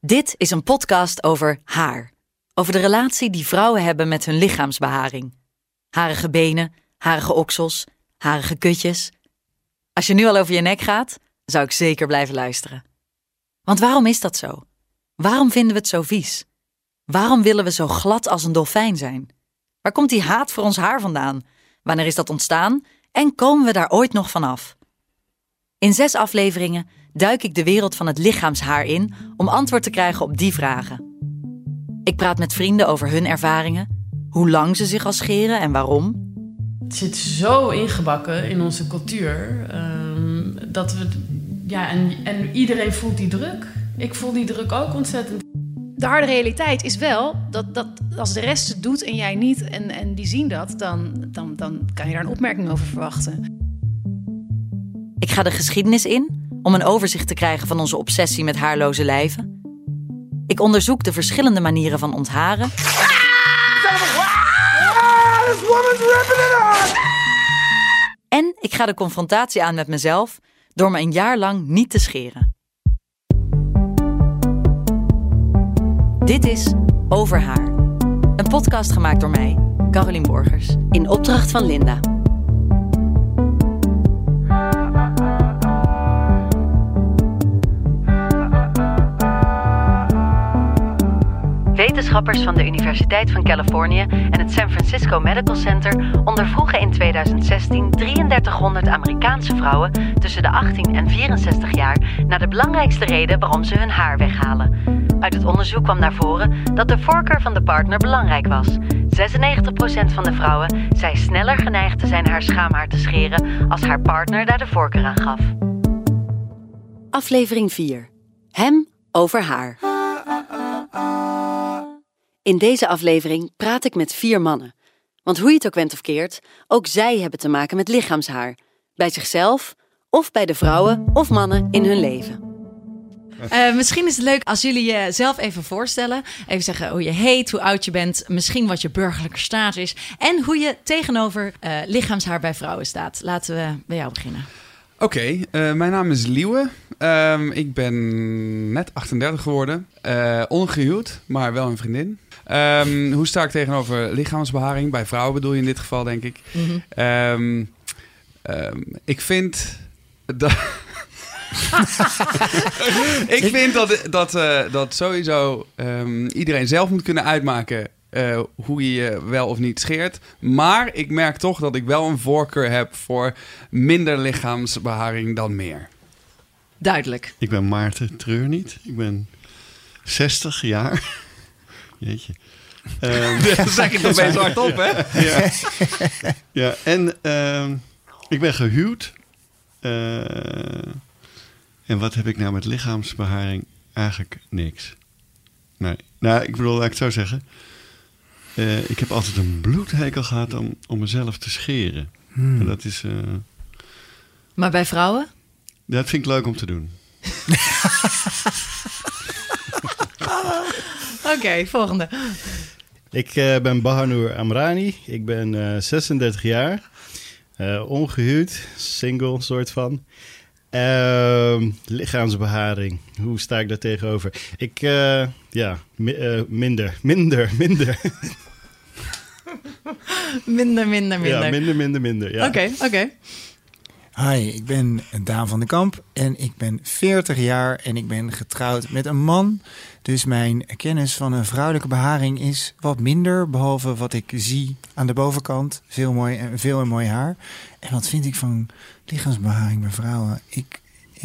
Dit is een podcast over haar. Over de relatie die vrouwen hebben met hun lichaamsbeharing. Harige benen, harige oksels, harige kutjes. Als je nu al over je nek gaat, zou ik zeker blijven luisteren. Want waarom is dat zo? Waarom vinden we het zo vies? Waarom willen we zo glad als een dolfijn zijn? Waar komt die haat voor ons haar vandaan? Wanneer is dat ontstaan? En komen we daar ooit nog vanaf? In 6 afleveringen duik ik de wereld van het lichaamshaar in om antwoord te krijgen op die vragen. Ik praat met vrienden over hun ervaringen, hoe lang ze zich al scheren en waarom. Het zit zo ingebakken in onze cultuur dat we... Ja, en iedereen voelt die druk. Ik voel die druk ook ontzettend. De harde realiteit is wel dat als de rest het doet en jij niet... en die zien dat, dan kan je daar een opmerking over verwachten. Ik ga de geschiedenis in om een overzicht te krijgen van onze obsessie met haarloze lijven. Ik onderzoek de verschillende manieren van ontharen. En ik ga de confrontatie aan met mezelf door me een jaar lang niet te scheren. Dit is Over Haar. Een podcast gemaakt door mij, Carolien Borgers, in opdracht van Linda. Wetenschappers van de Universiteit van Californië en het San Francisco Medical Center ondervroegen in 2016 3300 Amerikaanse vrouwen tussen de 18 en 64 jaar naar de belangrijkste reden waarom ze hun haar weghalen. Uit het onderzoek kwam naar voren dat de voorkeur van de partner belangrijk was. 96% van de vrouwen zei sneller geneigd te zijn haar schaamhaar te scheren als haar partner daar de voorkeur aan gaf. Aflevering 4. Hem over haar. In deze aflevering praat ik met 4 mannen. Want hoe je het ook went of keert, ook zij hebben te maken met lichaamshaar. Bij zichzelf, of bij de vrouwen of mannen in hun leven. Misschien is het leuk als jullie jezelf even voorstellen. Even zeggen hoe je heet, hoe oud je bent, misschien wat je burgerlijke staat is. En hoe je tegenover lichaamshaar bij vrouwen staat. Laten we bij jou beginnen. Oké, mijn naam is Liewe. Ik ben net 38 geworden. Ongehuwd, maar wel een vriendin. Hoe sta ik tegenover lichaamsbeharing? Bij vrouwen bedoel je in dit geval, denk ik. Mm-hmm. Ik vind dat... ik vind dat sowieso iedereen zelf moet kunnen uitmaken... hoe je je wel of niet scheert. Maar ik merk toch dat ik wel een voorkeur heb voor minder lichaamsbeharing dan meer. Duidelijk. Ik ben Maarten Treurniet. Ik ben 60 jaar. Jeetje. Dat zeg ik toch best hard op, hè? Ja, ja, en ik ben gehuwd. En wat heb ik nou met lichaamsbeharing? Eigenlijk niks. Nee. Nou, ik bedoel, laat ik het zo zeggen. Ik heb altijd een bloedhekel gehad om mezelf te scheren. En dat is... Maar bij vrouwen? Dat vind ik leuk om te doen. Oké, volgende. Ik ben Baharnoor Amrani. Ik ben 36 jaar. Ongehuwd. Single, soort van. Lichaamsbeharing. Hoe sta ik daar tegenover? Ik, minder. Minder. Ja, minder. Ja. Oké. Hi, ik ben Daan van den Kamp en ik ben 40 jaar en ik ben getrouwd met een man. Dus mijn kennis van een vrouwelijke beharing is wat minder, behalve wat ik zie aan de bovenkant. Veel en mooi haar. En wat vind ik van lichaamsbeharing bij vrouwen? Ik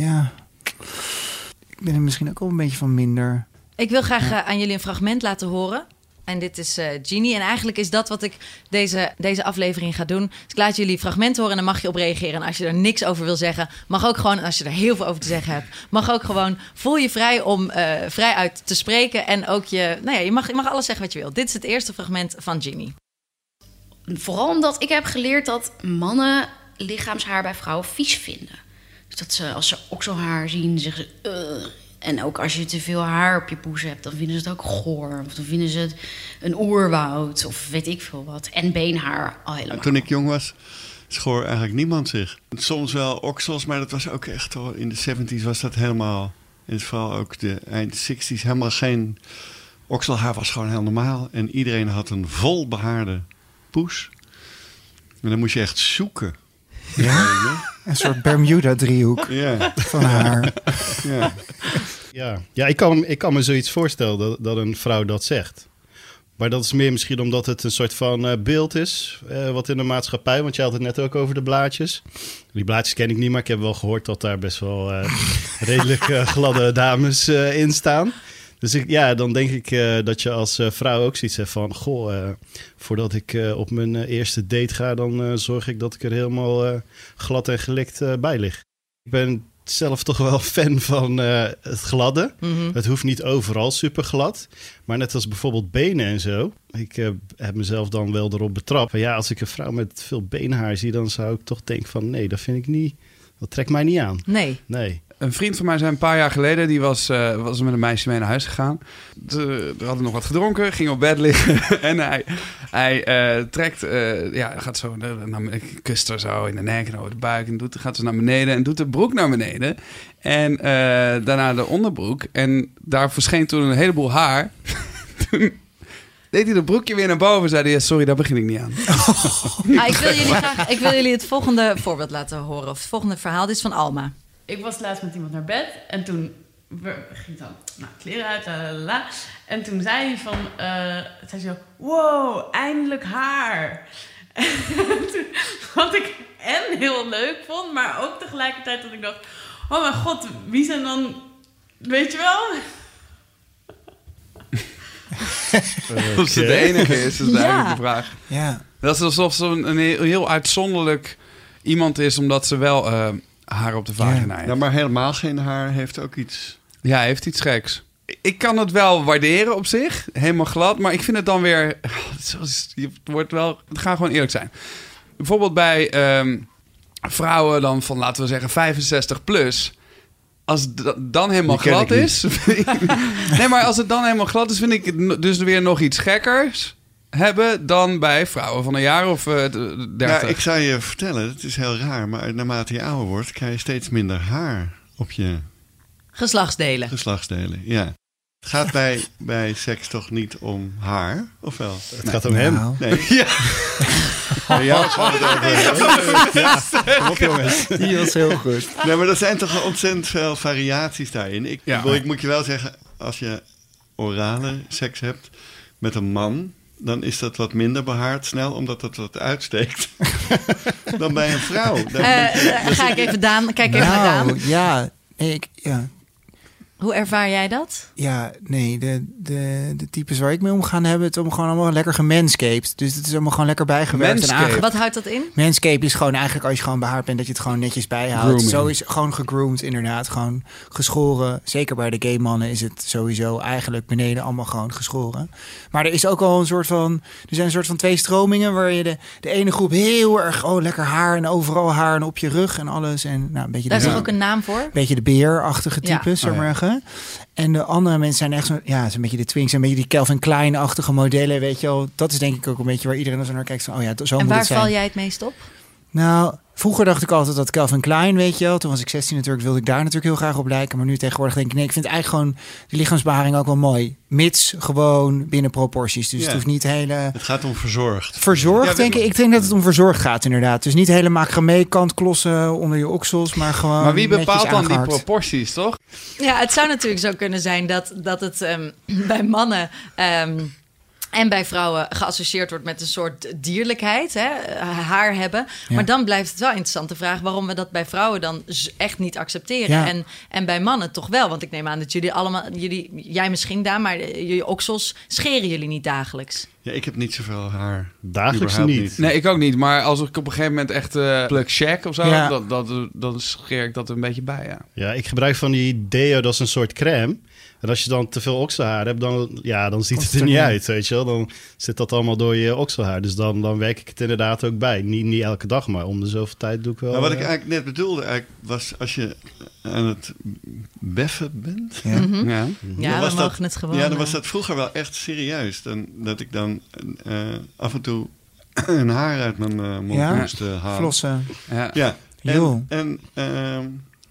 ben er misschien ook wel een beetje van minder. Ik wil graag aan jullie een fragment laten horen. En dit is Jeannie. En eigenlijk is dat wat ik deze aflevering ga doen. Dus ik laat jullie fragmenten horen en dan mag je op reageren. En als je er niks over wil zeggen, mag ook gewoon... En als je er heel veel over te zeggen hebt, mag ook gewoon... Voel je vrij om vrij uit te spreken. En ook je mag alles zeggen wat je wil. Dit is het eerste fragment van Jeannie. Vooral omdat ik heb geleerd dat mannen lichaamshaar bij vrouwen vies vinden. Dus dat ze, als ze okselhaar zien, zeggen ze... En ook als je te veel haar op je poes hebt, dan vinden ze het ook goor. Of dan vinden ze het een oerwoud, of weet ik veel wat. En beenhaar al helemaal. Toen ik jong was, schoor eigenlijk niemand zich. Soms wel oksels, maar dat was ook echt... In de 70's was dat helemaal En het is vooral ook de eind 60's helemaal geen... Okselhaar was gewoon heel normaal. En iedereen had een vol behaarde poes. En dan moest je echt zoeken. Ja? Een soort Bermuda-driehoek van haar. Ja, ik kan me zoiets voorstellen dat een vrouw dat zegt. Maar dat is meer misschien omdat het een soort van beeld is, wat in de maatschappij... Want je had het net ook over de blaadjes. Die blaadjes ken ik niet, maar ik heb wel gehoord dat daar best wel redelijk gladde dames in staan. Dus dan denk ik dat je als vrouw ook zoiets hebt van... voordat ik op mijn eerste date ga, dan zorg ik dat ik er helemaal glad en gelikt bij lig. Ik ben zelf toch wel fan van het gladde. Mm-hmm. Het hoeft niet overal super glad. Maar net als bijvoorbeeld benen en zo. Ik heb mezelf dan wel erop betrapt. Maar als ik een vrouw met veel beenhaar zie, dan zou ik toch denken van... nee, dat vind ik niet... dat trekt mij niet aan. Nee. Een vriend van mij zei een paar jaar geleden... die was met een meisje mee naar huis gegaan. Ze hadden nog wat gedronken, ging op bed liggen... en hij trekt... gaat zo... kust er zo in de nek en over de buik... en gaat ze naar beneden en doet de broek naar beneden... en daarna de onderbroek... en daar verscheen toen een heleboel haar... Toen deed hij de broekje weer naar boven en zei hij... sorry, daar begin ik niet aan. Ik wil jullie het volgende voorbeeld laten horen... of het volgende verhaal. Dit is van Alma. Ik was laatst met iemand naar bed en toen ging dan kleren uit, la. En toen zei hij van, zei zo, wow, eindelijk haar. Wat ik heel leuk vond, maar ook tegelijkertijd dat ik dacht, oh mijn god, wie zijn dan, weet je wel? Of ze de enige is eigenlijk de vraag. Ja. Dat is alsof ze een heel uitzonderlijk iemand is, omdat ze wel... haar op de vagina heeft. Ja, maar helemaal geen haar heeft ook iets... Ja, heeft iets geks. Ik kan het wel waarderen op zich. Helemaal glad. Maar ik vind het dan weer... Het gaat gewoon eerlijk zijn. Bijvoorbeeld bij vrouwen dan van, laten we zeggen, 65 plus... Als het dan helemaal glad is... nee, maar als het dan helemaal glad is... vind ik het dus weer nog iets gekkers... hebben dan bij vrouwen van een jaar of 30. Ja, ik zou je vertellen, het is heel raar... maar naarmate je ouder wordt... krijg je steeds minder haar op je... Geslachtsdelen, ja. Het gaat bij seks toch niet om haar, of wel? Het gaat om hem. Nee. Ja. Kom op, jongens. Die was heel goed. Nee, maar er zijn toch ontzettend veel variaties daarin. Ik moet je wel zeggen... als je orale seks hebt met een man... dan is dat wat minder behaard snel, omdat het wat uitsteekt. Dan bij een vrouw. Kijk even naar Daan. Ja, Hoe ervaar jij dat? Ja, nee, de types waar ik mee omgaan hebben het gewoon allemaal lekker gemanscaped. Dus het is allemaal gewoon lekker bijgewerkt. Wat houdt dat in? Manscaped is gewoon eigenlijk als je gewoon behaard bent, dat je het gewoon netjes bijhoudt. Grooming. Zo is gewoon gegroomd inderdaad, gewoon geschoren. Zeker bij de gay mannen is het sowieso eigenlijk beneden allemaal gewoon geschoren. Maar er is ook al er zijn een soort van twee stromingen waar je de ene groep heel erg, lekker haar en overal haar en op je rug en alles. En een beetje daar is toch ook een naam voor? Een beetje de beerachtige types, zou ik maar zeggen. En de andere mensen zijn echt zo... Ja, het is een beetje de twinks, een beetje die Calvin Klein-achtige modellen, weet je wel. Dat is denk ik ook een beetje waar iedereen zo naar kijkt. Van, zo moet het zijn. En waar val jij het meest op? Nou, vroeger dacht ik altijd dat Calvin Klein, weet je wel. Toen was ik 16 natuurlijk, wilde ik daar natuurlijk heel graag op lijken. Maar nu tegenwoordig denk ik, nee, ik vind eigenlijk gewoon de lichaamsbeharing ook wel mooi. Mits gewoon binnen proporties. Dus het hoeft niet hele... Het gaat om verzorgd. Verzorgd, denk ik. Ik denk dat het om verzorgd gaat, inderdaad. Dus niet hele macramé kantklossen onder je oksels, maar gewoon. Maar wie bepaalt dan die aangehakt. proporties, toch? Ja, het zou natuurlijk zo kunnen zijn dat het bij mannen... en bij vrouwen geassocieerd wordt met een soort dierlijkheid, haar hebben. Ja. Maar dan blijft het wel interessant de vraag waarom we dat bij vrouwen dan echt niet accepteren. Ja. En bij mannen toch wel. Want ik neem aan dat jullie allemaal, jij misschien Daan, maar jullie oksels scheren jullie niet dagelijks. Ja, ik heb niet zoveel haar. Dagelijks Überhaupt niet. Nee, ik ook niet. Maar als ik op een gegeven moment echt pluk check of zo, Ja. dan scheer ik dat er een beetje bij, ja. Ja, ik gebruik van die deo, dat is een soort crème. En als je dan te veel okselhaar hebt, dan ziet het er niet uit, weet je wel. Dan zit dat allemaal door je okselhaar. Dus dan werk ik het inderdaad ook bij. Niet elke dag, maar om de zoveel tijd doe ik wel. Maar wat ik eigenlijk net bedoelde, was als je aan het beffen bent. Ja. Mhm. Ja. Ja, was we mogen het gewoon. Ja, dan was dat vroeger wel echt serieus. Dat ik dan af en toe een haar uit mijn mond Ja? moest halen. Flossen. Ja. Ja, Joh. en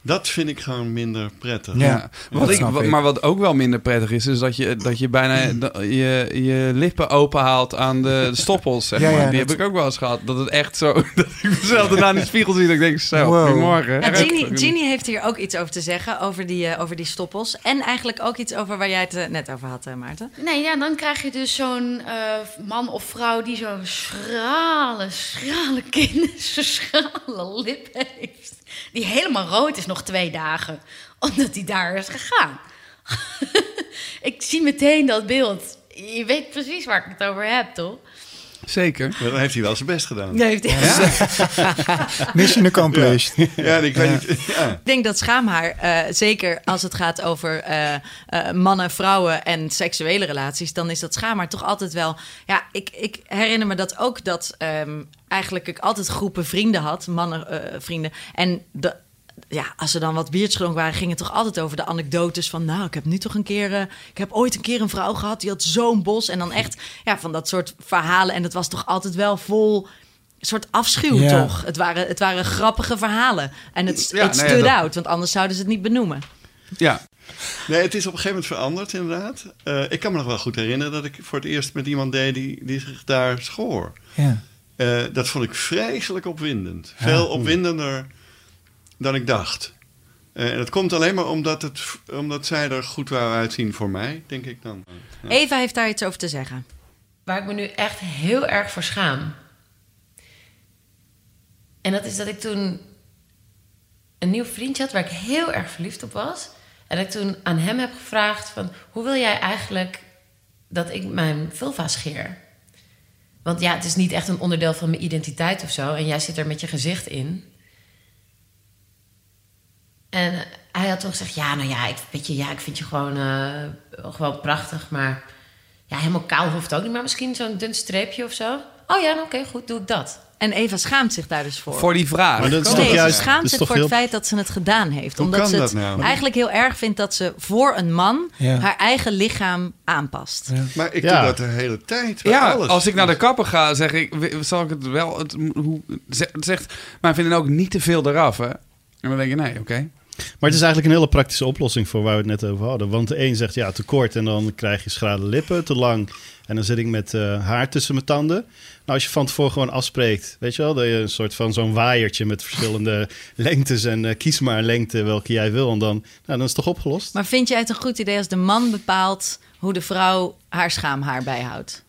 Dat vind ik gewoon minder prettig. Ja. Maar wat ook wel minder prettig is dat je bijna je lippen openhaalt aan de stoppels. Zeg maar. Die heb ik ook wel eens gehad. Dat het echt zo... Dat ik mezelf daarna in de spiegel zie. Dat ik denk, goedemorgen. Ja, Ginny heeft hier ook iets over te zeggen. Over die stoppels. En eigenlijk ook iets over waar jij het net over had, Maarten. Nee, ja, dan krijg je dus zo'n man of vrouw die zo'n schrale kin, zo'n schrale lip heeft. Die helemaal rood is nog 2 dagen. Omdat hij daar is gegaan. Ik zie meteen dat beeld. Je weet precies waar ik het over heb, toch? Zeker. Maar dan heeft hij wel zijn best gedaan. Nee, Mission accomplished. Ja, ik weet niet. Ja. Ik denk dat schaamhaar, zeker als het gaat over mannen, vrouwen en seksuele relaties, dan is dat schaamhaar toch altijd wel... Ja, ik herinner me dat ook dat eigenlijk ik altijd groepen vrienden had, mannenvrienden. En als er dan wat biertjes gedronken waren, ging het toch altijd over de anekdotes van... Nou, ik heb ooit een keer een vrouw gehad, die had zo'n bos. En dan echt van dat soort verhalen. En dat was toch altijd wel vol een soort afschuw, toch? Het waren grappige verhalen. En het stood out, want anders zouden ze het niet benoemen. Ja. Nee, het is op een gegeven moment veranderd, inderdaad. Ik kan me nog wel goed herinneren dat ik voor het eerst met iemand deed die zich daar schoor. Ja. Dat vond ik vreselijk opwindend. Veel opwindender dan ik dacht. En dat komt alleen maar omdat zij er goed wou uitzien voor mij, denk ik dan. Ja. Eva heeft daar iets over te zeggen. Waar ik me nu echt heel erg voor schaam. En dat is dat ik toen een nieuw vriendje had waar ik heel erg verliefd op was. En dat ik toen aan hem heb gevraagd van... Hoe wil jij eigenlijk dat ik mijn vulva scheer? Want ja, het is niet echt een onderdeel van mijn identiteit of zo. En jij zit er met je gezicht in. En hij had toen gezegd... ik vind je gewoon prachtig. Maar ja, helemaal kaal hoeft ook niet. Maar misschien zo'n dun streepje of zo. Oh ja, oké, goed, doe ik dat. En Eva schaamt zich daar dus voor. Voor die vraag. Maar dat is Nee, toch ze schaamt zich voor het feit dat ze het gedaan heeft. Hoe Omdat kan ze dat het nou? eigenlijk heel erg vindt dat ze voor een man haar eigen lichaam aanpast. Ja. Maar ik doe dat de hele tijd. Bij Ja, alles. als ik naar de kapper ga, zeg ik... Zal ik het wel... Zegt mijn vriendin ook niet te veel eraf, hè? En dan denk je, nee, oké. Maar het is eigenlijk een hele praktische oplossing voor waar we het net over hadden. Want de een zegt te kort en dan krijg je schrale lippen, te lang. En dan zit ik met haar tussen mijn tanden. Nou, als je van tevoren gewoon afspreekt, weet je wel, dat je een soort van zo'n waaiertje met verschillende lengtes en kies maar een lengte welke jij wil. En dan is het toch opgelost. Maar vind jij het een goed idee als de man bepaalt hoe de vrouw haar schaamhaar bijhoudt?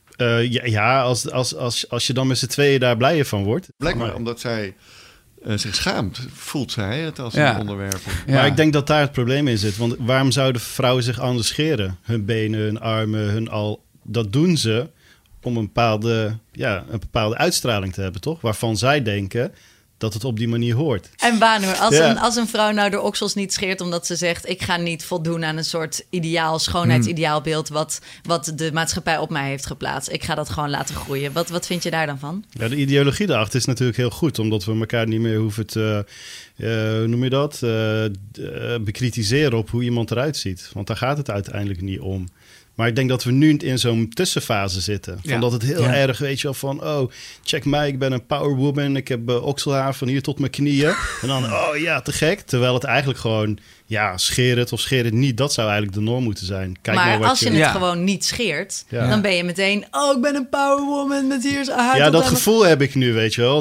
Als je dan met z'n tweeën daar blijer van wordt. Blijkbaar omdat zij zich schaamt, voelt zij het als een onderwerp. Ja. Maar ik denk dat daar het probleem in zit. Want waarom zouden vrouwen zich anders scheren? Hun benen, hun armen, dat doen ze om een bepaalde uitstraling te hebben, toch? Waarvan zij denken dat het op die manier hoort. En Banur, als een vrouw nou de oksels niet scheert omdat ze zegt... ik ga niet voldoen aan een soort schoonheidsideaalbeeld... wat de maatschappij op mij heeft geplaatst. Ik ga dat gewoon laten groeien. Wat vind je daar dan van? Ja, de ideologie daarachter is natuurlijk heel goed... omdat we elkaar niet meer hoeven te... hoe noem je dat? Bekritiseren op hoe iemand eruit ziet. Want daar gaat het uiteindelijk niet om. Maar ik denk dat we nu in zo'n tussenfase zitten. Van dat het heel erg, weet je wel, van... oh, check mij, ik ben een powerwoman. Ik heb okselhaar van hier tot mijn knieën. En dan, te gek. Terwijl het eigenlijk gewoon... scheer het of scheer het niet. Dat zou eigenlijk de norm moeten zijn. Kijk maar wat als je het gewoon niet scheert... dan ben je meteen... oh, ik ben een powerwoman met hier zijn haar. Ja, dat gevoel heb ik nu, weet je wel.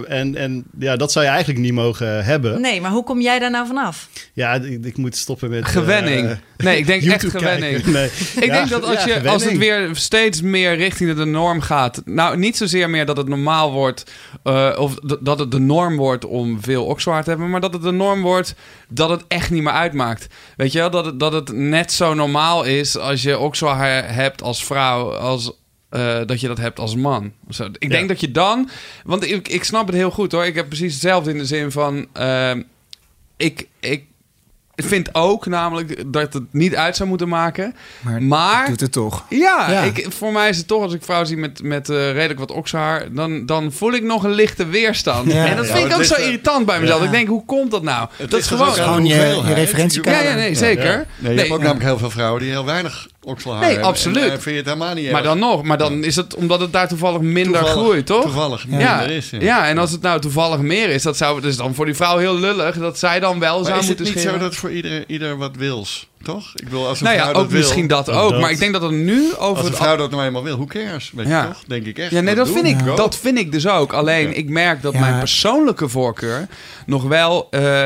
Dat zou je eigenlijk niet mogen hebben. Nee, maar hoe kom jij daar nou vanaf? Ja, ik moet stoppen met... Gewenning. Nee, ik denk echt gewenning. Nee. Ik denk dat als het weer steeds meer richting de norm gaat... nou, niet zozeer meer dat het normaal wordt... of dat het de norm wordt om veel okselhaar te hebben... maar dat het de norm wordt dat het echt niet meer uitmaakt. Weet je wel? Dat het net zo normaal is als je okselhaar hebt als vrouw... als dat je dat hebt als man. Ik denk dat je dan... Want ik snap het heel goed, hoor. Ik heb precies hetzelfde in de zin van... Ik vind ook namelijk dat het niet uit zou moeten maken. Maar doet het toch. Ja. Voor mij is het toch, als ik vrouw zie met redelijk wat okselhaar... Dan voel ik nog een lichte weerstand. Ja. En dat vind ik ook zo irritant bij mezelf. Ik denk, hoe komt dat nou? Dat is gewoon je referentiekader. Ja, nee, zeker. Je hebt ook namelijk heel veel vrouwen die heel weinig okselhaar Nee, hebben. absoluut. En, vind je het helemaal niet Maar dan is het omdat het daar toevallig minder groeit, toch? Toevallig Ja. minder is. Ja, en als het nou toevallig meer is, dat zou dus dan voor die vrouw heel lullig dat zij dan wel Maar zou is het moeten niet scheren. zo dat voor ieder wat wils, toch? Ik bedoel, als een Nou ja, vrouw ook dat wil, misschien dat ook ook. dat. Maar ik denk dat het nu over als een het vrouw dat nou eenmaal wil, who cares? Weet Ja. je toch? Denk ik echt. Ja, nee, dat vind ik dus ook. Alleen, Oké. ik merk dat Ja. mijn persoonlijke voorkeur nog wel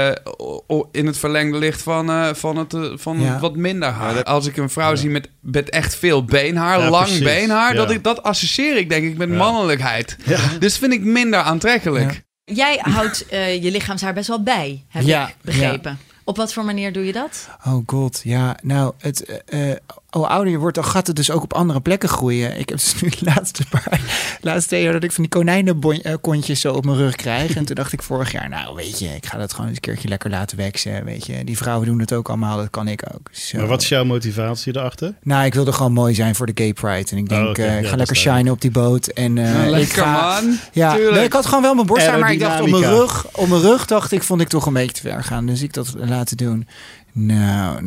in het verlengde ligt van Ja. wat minder haar. Als ik een vrouw zie met echt veel beenhaar, Ja, lang precies. beenhaar, Ja. dat associeer ik denk ik met Ja. mannelijkheid. Dus vind ik minder aantrekkelijk. Ja. Jij houdt je lichaamshaar best wel bij, heb Ja, ik begrepen. Op wat voor manier doe je dat? Oh god, ja. Nou, hoe ouder je wordt, dan gaat het dus ook op andere plekken groeien. Ik heb dus nu de laatste 2 jaar dat ik van die konijnenkontjes zo op mijn rug krijg. En toen dacht ik vorig jaar, nou weet je, ik ga dat gewoon eens een keertje lekker laten waxen. Weet je, die vrouwen doen het ook allemaal, dat kan ik ook. Zo. Maar wat is jouw motivatie erachter? Nou, ik wilde gewoon mooi zijn voor de Gay Pride. En ik denk, oké. ik Ja, ga dat lekker is shinen op die boot. En ik Lekker ga... man. Ja, Tuurlijk. nee, ik had gewoon wel mijn borst aan, maar ik dacht op Aerodynamica. mijn rug dacht ik, vond ik toch een beetje te ver gaan. Dus ik dat laten doen. Nou.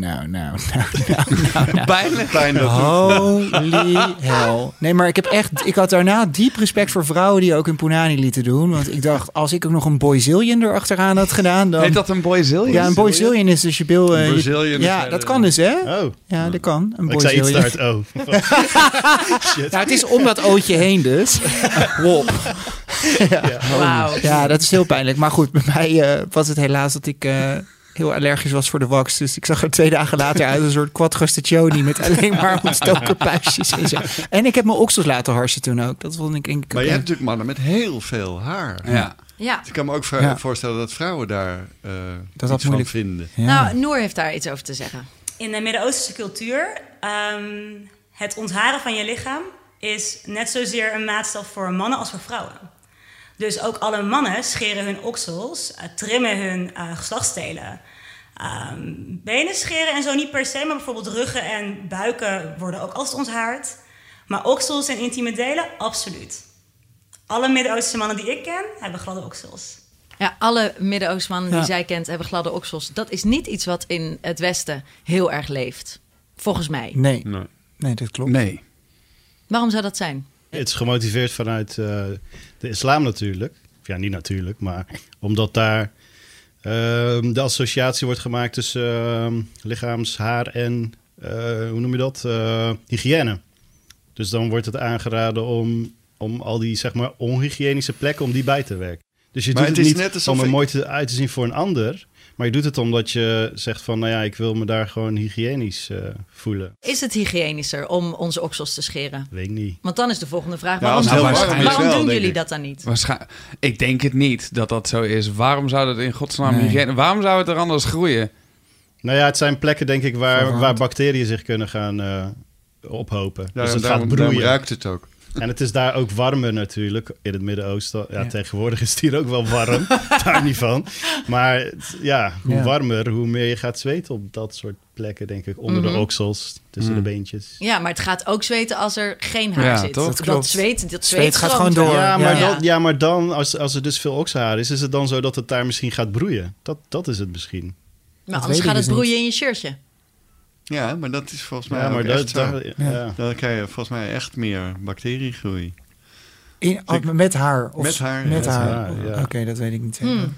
Pijnlijk. Holy hell. Nee, maar ik had daarna diep respect voor vrouwen die ook een punani lieten doen. Want ik dacht, als ik ook nog een boyzillion erachteraan had gedaan, dan... Heet dat een boyzillion? Ja, een boyzillion is dus je bil... Een Brazilian ja, is, dat kan dus, hè? Oh, Ja, dat kan. Een ik zei iets boyzillion. te hard. Oh. Nou, het is om dat ootje heen dus. Wop. Wauw. Ja, dat is heel pijnlijk. Maar goed, bij mij was het helaas dat ik heel allergisch was voor de wax. Dus ik zag er 2 dagen later uit een soort quattro stagioni met alleen maar ontstoken puistjes en zo. En ik heb mijn oksels laten harsen toen ook. Dat vond ik denk ik Maar je ook- hebt natuurlijk mannen met heel veel haar. Ja. Ja. Dus ik kan me ook Ja. voorstellen dat vrouwen daar dat iets van moeilijk vinden. Ja. Nou, Noor heeft daar iets over te zeggen. In de Midden-Oosterse cultuur, het ontharen van je lichaam is net zozeer een maatstaf voor mannen als voor vrouwen. Dus ook alle mannen scheren hun oksels, trimmen hun geslachtsdelen. Benen scheren en zo niet per se, maar bijvoorbeeld ruggen en buiken worden ook altijd onthaard. Maar oksels en intieme delen, absoluut. Alle Midden-Oosterse mannen die ik ken, hebben gladde oksels. Ja, alle Midden-Oostmannen die Ja. zij kent hebben gladde oksels. Dat is niet iets wat in het Westen heel erg leeft. Volgens mij. Nee, Nee. nee, dat klopt. Nee. Waarom zou dat zijn? Het is gemotiveerd vanuit de islam natuurlijk. Of ja, niet natuurlijk, maar omdat daar de associatie wordt gemaakt tussen lichaamshaar en, hoe noem je dat, hygiëne. Dus dan wordt het aangeraden om al die, zeg maar, onhygiënische plekken, om die bij te werken. Dus je Maar doet het het is niet net alsof om er ik- mooi uit te zien voor een ander, maar je doet het omdat je zegt van, nou ja, ik wil me daar gewoon hygiënisch voelen. Is het hygiënischer om onze oksels te scheren? Weet ik niet. Want dan is de volgende vraag, Ja, waarom, als het heel waarom warm is wel, doen denk jullie ik. dat dan niet? Waarschijnlijk. Ik denk het niet dat dat zo is. Waarom zou dat in godsnaam Nee. hygiëne? Waarom zou het er anders groeien? Nou ja, het zijn plekken, denk ik, Verwarmd. waar bacteriën zich kunnen gaan ophopen. Ja, dus het daarom gaat broeien. ruikt het ook. En het is daar ook warmer natuurlijk, in het Midden-Oosten. Ja, Ja. tegenwoordig is het hier ook wel warm, daar niet van. Maar ja, hoe Ja. warmer, hoe meer je gaat zweten op dat soort plekken, denk ik. Onder de oksels, tussen de beentjes. Ja, maar het gaat ook zweten als er geen haar Ja, zit. toch? Dat Dat klopt. zweet Zweet gaat stroomt gewoon wel. door. Ja, maar, Ja. maar dan, als er dus veel okselhaar is het dan zo dat het daar misschien gaat broeien? Dat is het misschien. Maar weet anders ik gaat het dus broeien in je shirtje. Ja, maar dat is volgens mij Ja, maar ook echt zo. ja. Dan krijg je volgens mij echt meer bacteriegroei. Met haar? Of Met haar, Met ja. haar. Met haar, ja. Oké, dat weet ik niet zeker.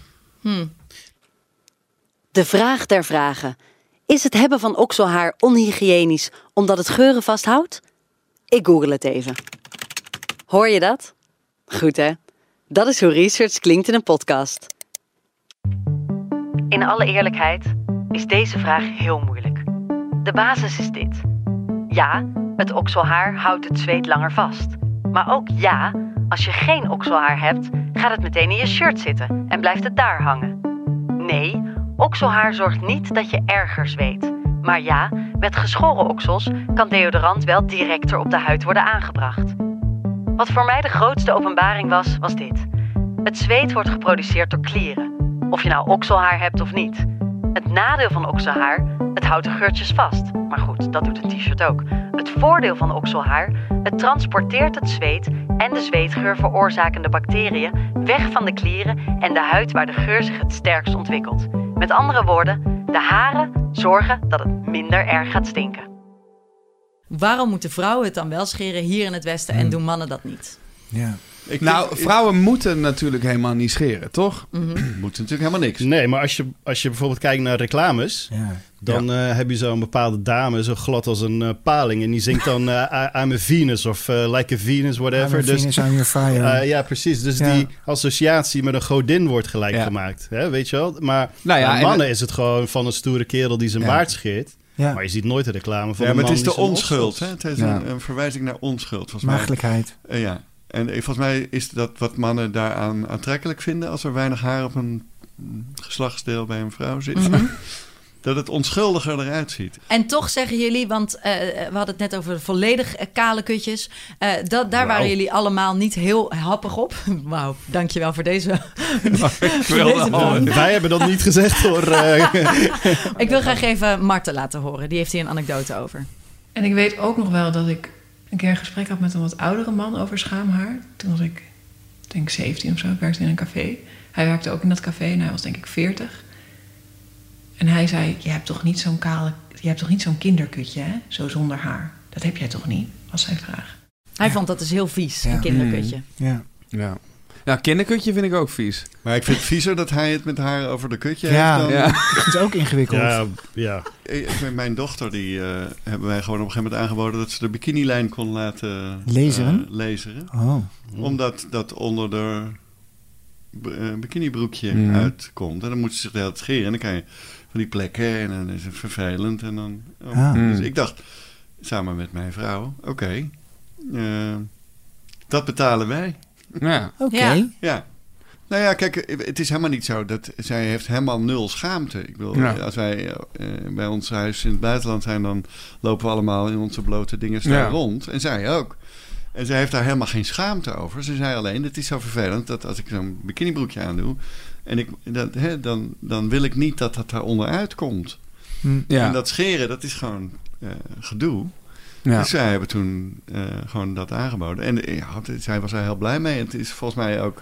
De vraag der vragen. Is het hebben van okselhaar onhygiënisch omdat het geuren vasthoudt? Ik google het even. Hoor je dat? Goed hè? Dat is hoe research klinkt in een podcast. In alle eerlijkheid is deze vraag heel moeilijk. De basis is dit. Ja, het okselhaar houdt het zweet langer vast. Maar ook ja, als je geen okselhaar hebt, gaat het meteen in je shirt zitten en blijft het daar hangen. Nee, okselhaar zorgt niet dat je erger zweet. Maar ja, met geschoren oksels kan deodorant wel directer op de huid worden aangebracht. Wat voor mij de grootste openbaring was, was dit. Het zweet wordt geproduceerd door klieren. Of je nou okselhaar hebt of niet. Het nadeel van okselhaar, het houdt de geurtjes vast. Maar goed, dat doet een t-shirt ook. Het voordeel van okselhaar, het transporteert het zweet en de zweetgeur veroorzakende bacteriën weg van de klieren en de huid waar de geur zich het sterkst ontwikkelt. Met andere woorden, de haren zorgen dat het minder erg gaat stinken. Waarom moeten vrouwen het dan wel scheren hier in het Westen en doen mannen dat niet? Ja. Vrouwen moeten natuurlijk helemaal niet scheren, toch? Moeten natuurlijk helemaal niks. Nee, maar als je bijvoorbeeld kijkt naar reclames... dan heb je zo'n bepaalde dame, zo glad als een paling... en die zingt dan I'm a Venus of Like a Venus, whatever. I'm a Venus, I'm your fire. Ja, precies. Dus die associatie met een godin wordt gelijk gemaakt. Hè, weet je wel? Maar bij mannen is het gewoon van een stoere kerel die zijn baard scheert. Ja. Maar je ziet nooit de reclame van een man. Maar het is die de onschuld. Hè? Het is een verwijzing naar onschuld. Maagdelijkheid. Ja. En volgens mij is dat wat mannen daaraan aantrekkelijk vinden... als er weinig haar op een geslachtsdeel bij een vrouw zit. Dat het onschuldiger eruit ziet. En toch zeggen jullie, want we hadden het net over volledig kale kutjes. Daar waren jullie allemaal niet heel happig op. Wauw, dankjewel voor deze. Wij hebben dat niet gezegd hoor. Ik wil graag even Marten laten horen. Die heeft hier een anekdote over. En ik weet ook nog wel dat ik een keer een gesprek had met een wat oudere man over schaamhaar. Toen was ik, denk 17 of zo. Ik werkte in een café. Hij werkte ook in dat café en hij was denk ik 40. En hij zei, je hebt toch niet zo'n kinderkutje, hè? Zo zonder haar. Dat heb jij toch niet, was zijn vraag. Hij vond dat dus heel vies, een kinderkutje. Ja, kinderkutje vind ik ook vies. Maar ik vind het viezer dat hij het met haar over de kutje heeft dan... Dat is ook ingewikkeld. Ja. Met mijn dochter, die hebben wij gewoon op een gegeven moment aangeboden... dat ze de bikinilijn kon laten lezen. Omdat dat onder de bikinibroekje uitkomt. En dan moet ze zich de hele tijd scheren. En dan kan je van die plekken en dan is het vervelend. En dan, Dus ik dacht, samen met mijn vrouw, oké, dat betalen wij. Ja. Oké. Ja. Nou ja, kijk, het is helemaal niet zo dat zij heeft helemaal nul schaamte. Ik bedoel, als wij bij ons huis in het buitenland zijn, dan lopen we allemaal in onze blote dingen staan rond. En zij ook. En zij heeft daar helemaal geen schaamte over. Ze zei alleen, het is zo vervelend dat als ik zo'n bikinibroekje aandoe... en dan wil ik niet dat dat daar onderuit komt. Ja. En dat scheren, dat is gewoon gedoe. Ja. Dus zij hebben toen gewoon dat aangeboden. En zij was er heel blij mee. En het is volgens mij ook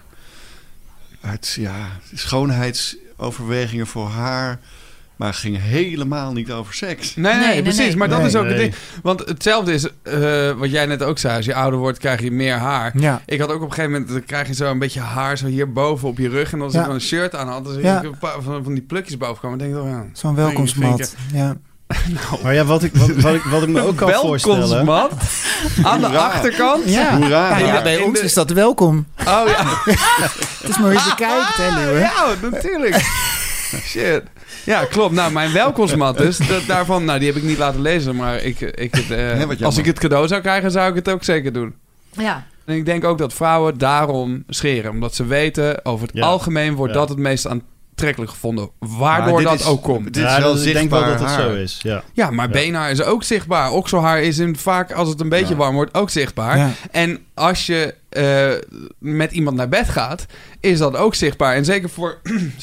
uit schoonheidsoverwegingen voor haar... Maar het ging helemaal niet over seks. Nee, precies. Nee. Maar dat is ook het ding. Want hetzelfde is, wat jij net ook zei. Als je ouder wordt, krijg je meer haar. Ja. Ik had ook op een gegeven moment, dan krijg je zo een beetje haar zo hierboven op je rug. En als ik dan een shirt aan had, dan zie ik een paar van die plukjes boven komen. Dan denk ik, zo'n welkomstmat. Ja. Nou. Maar ja, wat ik me ook kan voorstellen... Welkomstmat? Aan de achterkant? Ja. Ja, bij ons is dat welkom. Oh ja. Het is maar eens bekijkt, hè, Leeuwen? Ja, natuurlijk. Shit. Ja, klopt. Nou, mijn welkomstmat dus. Daarvan, die heb ik niet laten lezen. Maar als ik het cadeau zou krijgen, zou ik het ook zeker doen. Ja. En ik denk ook dat vrouwen daarom scheren. Omdat ze weten, over het algemeen wordt dat het meest aantrekkelijk gevonden. Waardoor dat ook komt. Dit is wel zichtbaar. Ik denk wel dat het zo is. Ja, maar beenhaar is ook zichtbaar. Okselhaar is vaak, als het een beetje warm wordt, ook zichtbaar. Ja. En als je met iemand naar bed gaat, is dat ook zichtbaar. En zeker voor...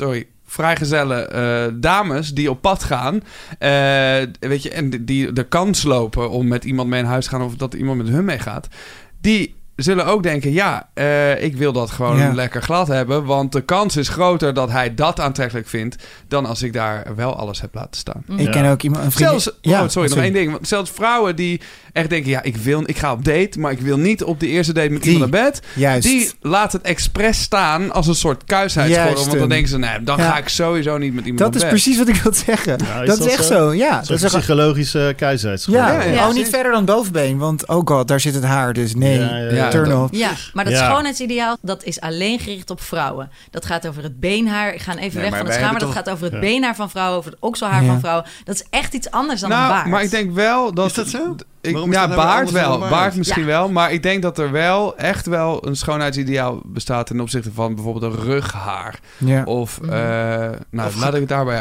vrijgezelle dames die op pad gaan, weet je, en die de kans lopen om met iemand mee in huis te gaan of dat iemand met hun meegaat, die zullen ook denken, ik wil dat gewoon lekker glad hebben, want de kans is groter dat hij dat aantrekkelijk vindt dan als ik daar wel alles heb laten staan. Ik ken ook iemand, een vriendin... Nog één ding. Want zelfs vrouwen die echt denken, ik ga op date, maar ik wil niet op de eerste date met iemand naar bed. Juist. Die laat het expres staan als een soort kuisheidsgordel. Want dan denken ze, dan ga ik sowieso niet met iemand naar bed. Dat is precies wat ik wil zeggen. Ja, dat is echt zo. Ja, dat is een psychologische kuisheidsgordel. Niet verder dan bovenbeen, want oh god, daar zit het haar, dus nee. Turn off. Ja, maar dat schoonheidsideaal, dat is alleen gericht op vrouwen. Dat gaat over het beenhaar. Ik ga even weg van het schaam, maar dat gaat over het beenhaar van vrouwen, over het okselhaar van vrouwen. Dat is echt iets anders dan een baard. Maar ik denk wel dat... Is dat zo? Baard wel. Baard misschien wel. Maar ik denk dat er wel echt wel een schoonheidsideaal bestaat ten opzichte van bijvoorbeeld een rughaar. Ja. Of, laat ik het daarbij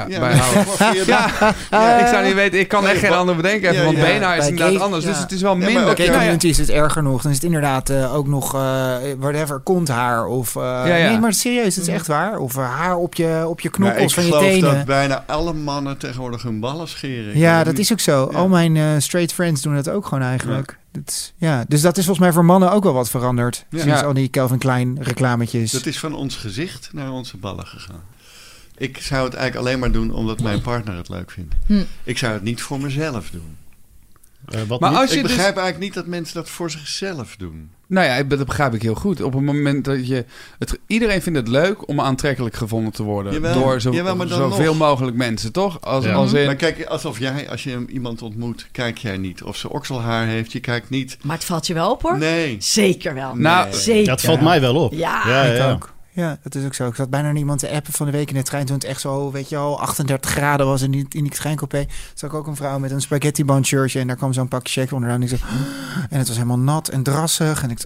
houden. Ik zou niet weten, ik kan echt geen ander bedenken even, want beenhaar is inderdaad anders. Dus het is wel minder. Oké, community is het erger nog. Dan is het inderdaad ook nog whatever, konthaar of... Nee, maar serieus, het is echt waar. Of haar op je knokkels van je tenen. Ik geloof dat bijna alle mannen tegenwoordig hun ballen scheren. Ja, dat is ook zo. Al mijn straight friends doen het ook gewoon eigenlijk. Dus dat is volgens mij voor mannen ook wel wat veranderd. Sinds al die Calvin Klein reclametjes. Dat is van ons gezicht naar onze ballen gegaan. Ik zou het eigenlijk alleen maar doen omdat mijn partner het leuk vindt. Ik zou het niet voor mezelf doen. Ik begrijp eigenlijk niet dat mensen dat voor zichzelf doen. Nou ja, dat begrijp ik heel goed. Op het moment dat iedereen vindt het leuk om aantrekkelijk gevonden te worden. Door zoveel mogelijk mensen, toch? Maar kijk, als je iemand ontmoet, kijk jij niet of ze okselhaar heeft. Je kijkt niet. Maar het valt je wel op, hoor? Nee. Zeker wel. Nou, zeker. Dat valt mij wel op. Ja, ik ook. Ja, dat is ook zo. Ik zat bijna niemand te appen van de week in de trein toen het echt zo, 38 graden was in die treincoupé. Zag ik ook een vrouw met een spaghetti bone shirtje en daar kwam zo'n pakje check onderaan. En het was helemaal nat en drassig. En ik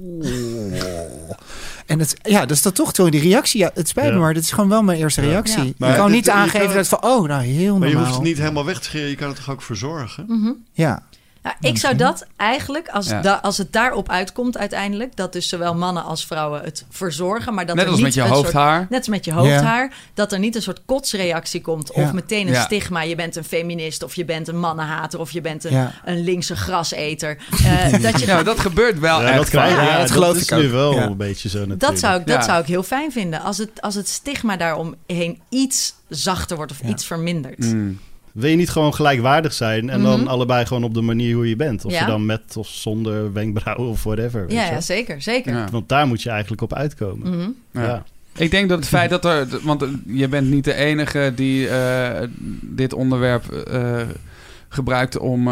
dus dat toch zo die reactie. Ja, het spijt me, maar dit is gewoon wel mijn eerste reactie. Ja. Ik kan niet aangeven dat van, heel normaal. Maar je hoeft het niet helemaal weg te scheren. Je kan het toch ook verzorgen? Mm-hmm. Ja. Nou, ik zou dat eigenlijk, als het daarop uitkomt uiteindelijk, dat dus zowel mannen als vrouwen het verzorgen, maar dat net er als niet met je hoofdhaar. Net als met je hoofdhaar, dat er niet een soort kotsreactie komt of meteen een stigma. Je bent een feminist of je bent een mannenhater of je bent een linkse graseter. Dat gebeurt wel echt. Dat geloof ik nu wel een beetje zo natuurlijk. Dat zou ik heel fijn vinden. Als het stigma daaromheen iets zachter wordt of iets vermindert. Mm. Wil je niet gewoon gelijkwaardig zijn en dan allebei gewoon op de manier hoe je bent? Of je dan met of zonder wenkbrauwen of whatever. Ja, zeker. Ja. Want daar moet je eigenlijk op uitkomen. Mm-hmm. Ja. Ik denk dat het feit dat want je bent niet de enige die dit onderwerp gebruikt om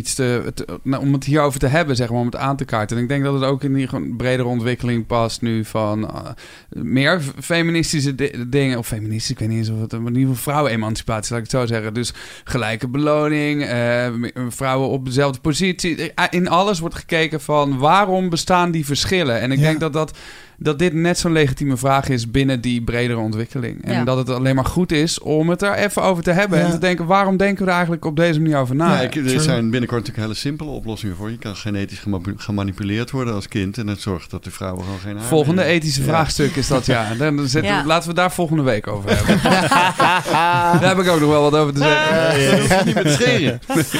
om het hierover te hebben, zeg maar, om het aan te kaarten. En ik denk dat het ook in die bredere ontwikkeling past nu van meer feministische dingen, of feministisch, ik weet niet eens of het, maar in ieder geval vrouwenemancipatie, laat ik het zo zeggen. Dus gelijke beloning, vrouwen op dezelfde positie. In alles wordt gekeken van waarom bestaan die verschillen. En ik denk dat dit net zo'n legitieme vraag is binnen die bredere ontwikkeling. En dat het alleen maar goed is om het er even over te hebben. En te denken, waarom denken we er eigenlijk op deze manier over na? Er zijn binnenkort natuurlijk hele simpele oplossingen voor. Je kan genetisch gemanipuleerd worden als kind. En dat zorgt dat de vrouwen gewoon geen haar volgende hebben. Ethische vraagstuk is dat, laten we daar volgende week over hebben. Daar heb ik ook nog wel wat over te zeggen. Dat hoef je niet met scheren.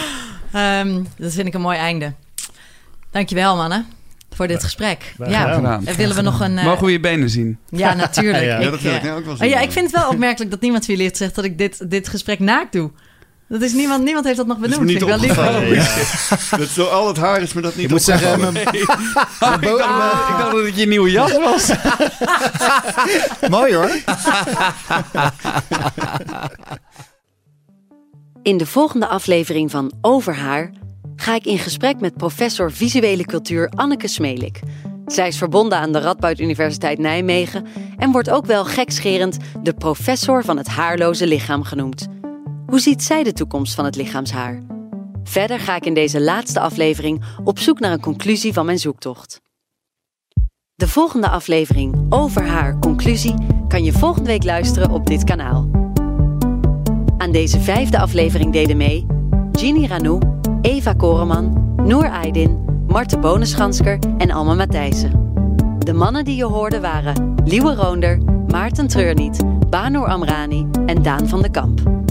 Dat vind ik een mooi einde. Dankjewel, mannen. Voor dit gesprek. Gedaan. Willen we nog een... Mogen we je benen zien? Ja, natuurlijk. Dat wil ik nou ook wel zien. Ik vind het wel opmerkelijk dat niemand van jullie heeft gezegd dat ik dit gesprek naakt doe. Dat is niemand heeft dat nog benoemd. Niet vind ik wel lief. Dat zo al het haar is me dat niet opgevallen. Ik dacht dat het je nieuwe jas was. Mooi hoor. In de volgende aflevering van Over Haar ga ik in gesprek met professor visuele cultuur Anneke Smelik. Zij is verbonden aan de Radboud Universiteit Nijmegen en wordt ook wel gekscherend de professor van het haarloze lichaam genoemd. Hoe ziet zij de toekomst van het lichaamshaar? Verder ga ik in deze laatste aflevering op zoek naar een conclusie van mijn zoektocht. De volgende aflevering Over Haar Conclusie kan je volgende week luisteren op dit kanaal. Aan deze 5e aflevering deden mee Ginny Ranou, Eva Koreman, Noor Aydin, Marte Bonenschansker en Alma Matthijssen. De mannen die je hoorde waren Liewe Roonder, Maarten Treurniet, Banoor Amrani en Daan van de Kamp.